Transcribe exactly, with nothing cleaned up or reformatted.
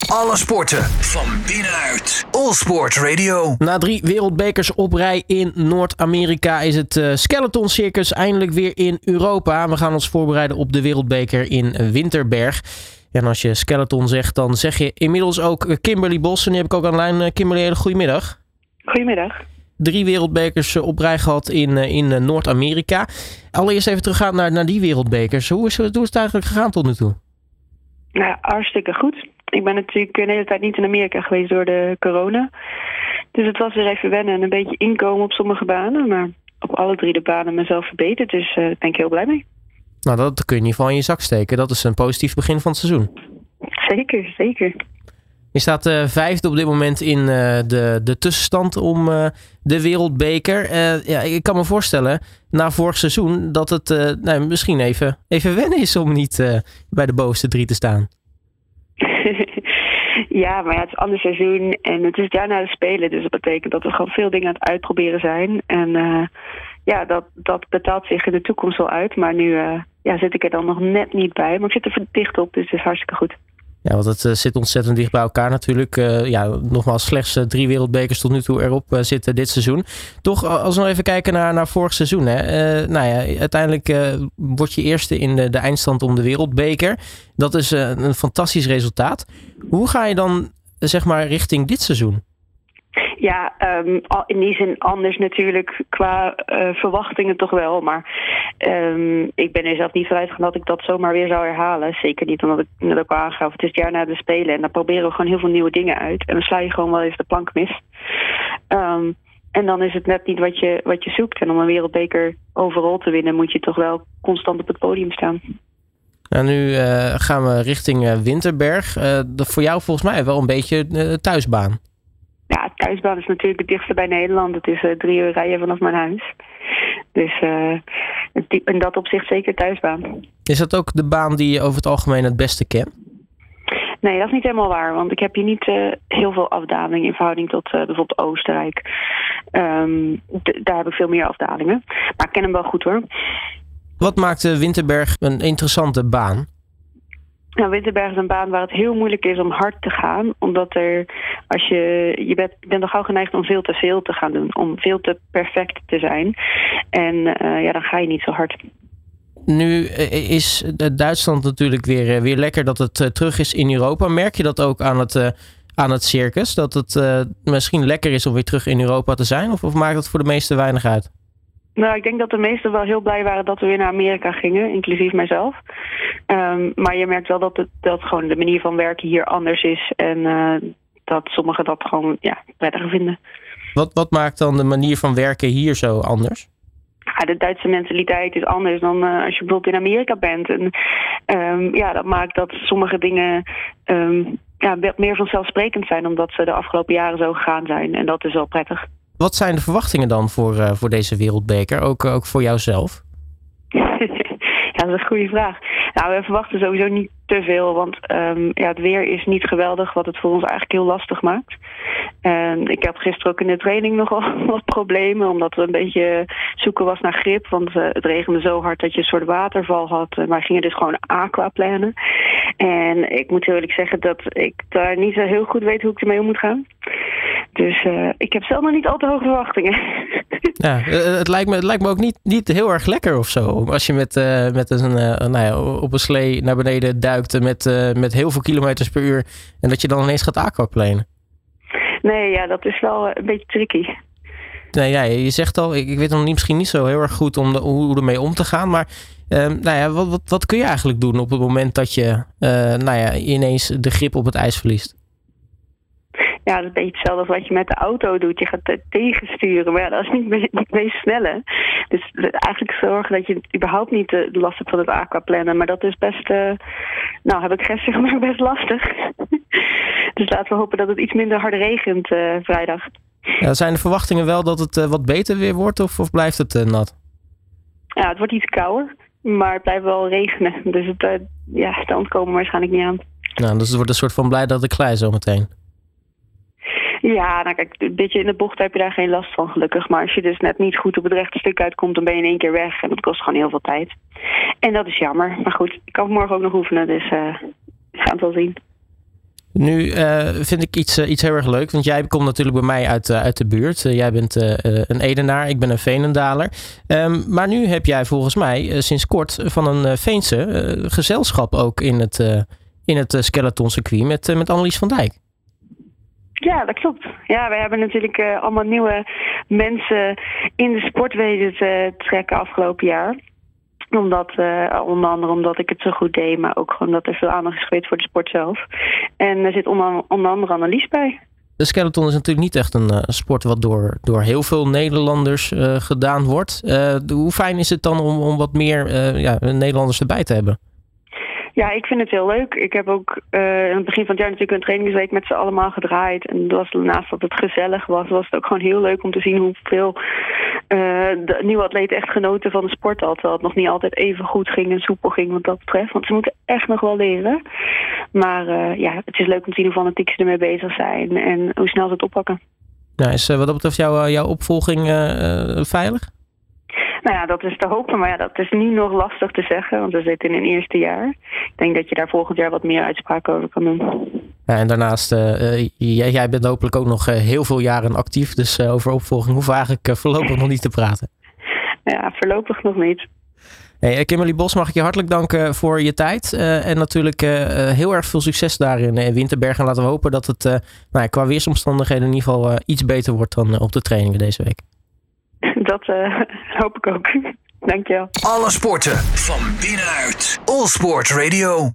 Alle sporten van binnenuit. All Sport Radio. Na drie wereldbekers op rij in Noord-Amerika is het uh, Skeleton Circus eindelijk weer in Europa. We gaan ons voorbereiden op de wereldbeker in Winterberg. En als je skeleton zegt, dan zeg je inmiddels ook Kimberly Bos. En die heb ik ook aan de lijn. Kimberly, hele goedemiddag. Goedemiddag. Drie wereldbekers op rij gehad in, in Noord-Amerika. Allereerst even teruggaan naar, naar die wereldbekers. Hoe is, hoe is het eigenlijk gegaan tot nu toe? Nou, hartstikke goed. Ik ben natuurlijk een hele tijd niet in Amerika geweest door de corona. Dus het was weer even wennen en een beetje inkomen op sommige banen. Maar op alle drie de banen mezelf verbeterd. Dus daar uh, ben ik heel blij mee. Nou, dat kun je in ieder geval in je zak steken. Dat is een positief begin van het seizoen. Zeker, zeker. Je staat uh, vijfde op dit moment in uh, de, de tussenstand om uh, de wereldbeker. Uh, ja, ik kan me voorstellen, na vorig seizoen, dat het uh, nou, misschien even, even wennen is om niet uh, bij de bovenste drie te staan. Ja, maar ja, het is een ander seizoen en het is het jaar na de Spelen. Dus dat betekent dat we gewoon veel dingen aan het uitproberen zijn. En uh, ja, dat, dat betaalt zich in de toekomst wel uit. Maar nu uh, ja, zit ik er dan nog net niet bij. Maar ik zit er dicht op, dus het is hartstikke goed. Ja, want het uh, zit ontzettend dicht bij elkaar natuurlijk. Uh, ja, nogmaals, slechts uh, drie wereldbekers tot nu toe erop uh, zitten dit seizoen. Toch, als we nog even kijken naar, naar vorig seizoen. Hè. Uh, nou ja, uiteindelijk uh, word je eerste in de, de eindstand om de wereldbeker. Dat is uh, een fantastisch resultaat. Hoe ga je dan, zeg maar, richting dit seizoen? Ja, um, in die zin anders natuurlijk qua uh, verwachtingen toch wel. Maar um, ik ben er zelf niet vanuit gegaan dat ik dat zomaar weer zou herhalen. Zeker niet omdat ik net ook aangaf. Het is het jaar na de Spelen en dan proberen we gewoon heel veel nieuwe dingen uit. En dan sla je gewoon wel eens de plank mis. Um, en dan is het net niet wat je, wat je zoekt. En om een wereldbeker overal te winnen moet je toch wel constant op het podium staan. Nou, nu uh, gaan we richting uh, Winterberg. Uh, dat voor jou volgens mij wel een beetje uh, thuisbaan. Ja, thuisbaan is natuurlijk het dichtste bij Nederland. Het is uh, drie uur rijden vanaf mijn huis. Dus uh, in dat opzicht zeker thuisbaan. Is dat ook de baan die je over het algemeen het beste kent? Nee, dat is niet helemaal waar. Want ik heb hier niet uh, heel veel afdaling in verhouding tot uh, bijvoorbeeld Oostenrijk. Um, d- daar heb ik veel meer afdalingen. Maar ik ken hem wel goed hoor. Wat maakt Winterberg een interessante baan? Nou, Winterberg is een baan waar het heel moeilijk is om hard te gaan. Omdat er, als je, je bent, je bent al gauw geneigd om veel te veel te gaan doen. Om veel te perfect te zijn. En uh, ja, dan ga je niet zo hard. Nu is Duitsland natuurlijk weer, weer lekker dat het uh, terug is in Europa. Merk je dat ook aan het, uh, aan het circus? Dat het uh, misschien lekker is om weer terug in Europa te zijn? Of, of maakt dat voor de meesten weinig uit? Nou, ik denk dat de meesten wel heel blij waren dat we weer naar Amerika gingen, inclusief mijzelf. Um, maar je merkt wel dat, het, dat gewoon de manier van werken hier anders is. En uh, dat sommigen dat gewoon ja, prettiger vinden. Wat, wat maakt dan de manier van werken hier zo anders? Ja, de Duitse mentaliteit is anders dan uh, als je bijvoorbeeld in Amerika bent. En um, ja, dat maakt dat sommige dingen um, ja, meer vanzelfsprekend zijn, omdat ze de afgelopen jaren zo gegaan zijn. En dat is wel prettig. Wat zijn de verwachtingen dan voor, uh, voor deze wereldbeker? Ook, ook voor jouzelf? Ja, dat is een goede vraag. Nou, we verwachten sowieso niet te veel, want um, ja, het weer is niet geweldig, wat het voor ons eigenlijk heel lastig maakt. En ik had gisteren ook in de training nogal wat problemen, omdat er een beetje zoeken was naar grip, want uh, het regende zo hard dat je een soort waterval had. Uh, maar gingen dus gewoon aquaplannen. En ik moet heel eerlijk zeggen dat ik daar niet zo heel goed weet hoe ik ermee om moet gaan. Dus uh, ik heb zelf nog niet al te hoge verwachtingen. Ja, het lijkt me, het lijkt me ook niet, niet heel erg lekker of zo. Als je met, uh, met een, uh, nou ja, op een slee naar beneden duikt met, uh, met heel veel kilometers per uur. En dat je dan ineens gaat aquaplanen. Nee, ja, dat is wel een beetje tricky. Nee, ja, je zegt al, ik, ik weet nog niet, misschien niet zo heel erg goed om de, hoe ermee om te gaan. Maar uh, nou ja, wat, wat, wat kun je eigenlijk doen op het moment dat je uh, nou ja, ineens de grip op het ijs verliest? Ja, dat is een beetje hetzelfde als wat je met de auto doet. Je gaat tegensturen, maar ja, dat is niet het meest, meest snelle. Dus eigenlijk zorgen dat je überhaupt niet de last hebt van het aquaplannen. Maar dat is best, uh, nou heb ik gisteren maar best lastig. Dus laten we hopen dat het iets minder hard regent uh, vrijdag. Ja, zijn de verwachtingen wel dat het uh, wat beter weer wordt of, of blijft het uh, nat? Ja, het wordt iets kouder, maar het blijft wel regenen. Dus het, uh, ja, de ontkomen waarschijnlijk niet aan. Nou, dus het wordt een soort van blij dat ik klei zo meteen. Ja, nou kijk, een beetje in de bocht heb je daar geen last van gelukkig. Maar als je dus net niet goed op het rechte stuk uitkomt, dan ben je in één keer weg. En dat kost gewoon heel veel tijd. En dat is jammer. Maar goed, ik kan morgen ook nog oefenen, dus uh, we gaan het wel zien. Nu uh, vind ik iets, uh, iets heel erg leuk, want jij komt natuurlijk bij mij uit, uh, uit de buurt. Uh, jij bent uh, een Edenaar, ik ben een Veenendaler. Um, maar nu heb jij volgens mij uh, sinds kort van een uh, Veense uh, gezelschap ook in het, uh, in het uh, skeleton-circuit met, uh, met Annelies van Dijk. Ja, dat klopt. Ja, we hebben natuurlijk uh, allemaal nieuwe mensen in de sport weten te trekken afgelopen jaar. Omdat, uh, onder andere omdat ik het zo goed deed, maar ook gewoon dat er veel aandacht is geweest voor de sport zelf. En er zit onder, onder andere Annelies bij. De skeleton is natuurlijk niet echt een uh, sport wat door, door heel veel Nederlanders uh, gedaan wordt. Uh, hoe fijn is het dan om, om wat meer uh, ja, Nederlanders erbij te hebben? Ja, ik vind het heel leuk. Ik heb ook uh, aan het begin van het jaar natuurlijk een trainingsweek met z'n allemaal gedraaid. En dat was, naast dat het gezellig was, was het ook gewoon heel leuk om te zien hoeveel uh, de nieuwe atleten echt genoten van de sport had. Terwijl het nog niet altijd even goed ging en soepel ging wat dat betreft. Want ze moeten echt nog wel leren. Maar uh, ja, het is leuk om te zien hoe fanatiek ze ermee bezig zijn en hoe snel ze het oppakken. Nou, is uh, wat dat betreft jouw, uh, jouw opvolging uh, uh, veilig? Nou ja, dat is te hopen, maar ja, dat is nu nog lastig te zeggen, want we zitten in een eerste jaar. Ik denk dat je daar volgend jaar wat meer uitspraken over kan doen. Ja, en daarnaast, uh, jij, jij bent hopelijk ook nog uh, heel veel jaren actief, dus uh, over opvolging hoeven we eigenlijk uh, voorlopig nog niet te praten. Ja, voorlopig nog niet. Hey, Kimberly Bos, mag ik je hartelijk danken voor je tijd. Uh, en natuurlijk uh, heel erg veel succes daar in uh, Winterberg. En laten we hopen dat het uh, nou ja, qua weersomstandigheden in ieder geval uh, iets beter wordt dan uh, op de trainingen deze week. Dat uh, hoop ik ook. Dankjewel. Alle sporten van binnenuit. All Sport Radio.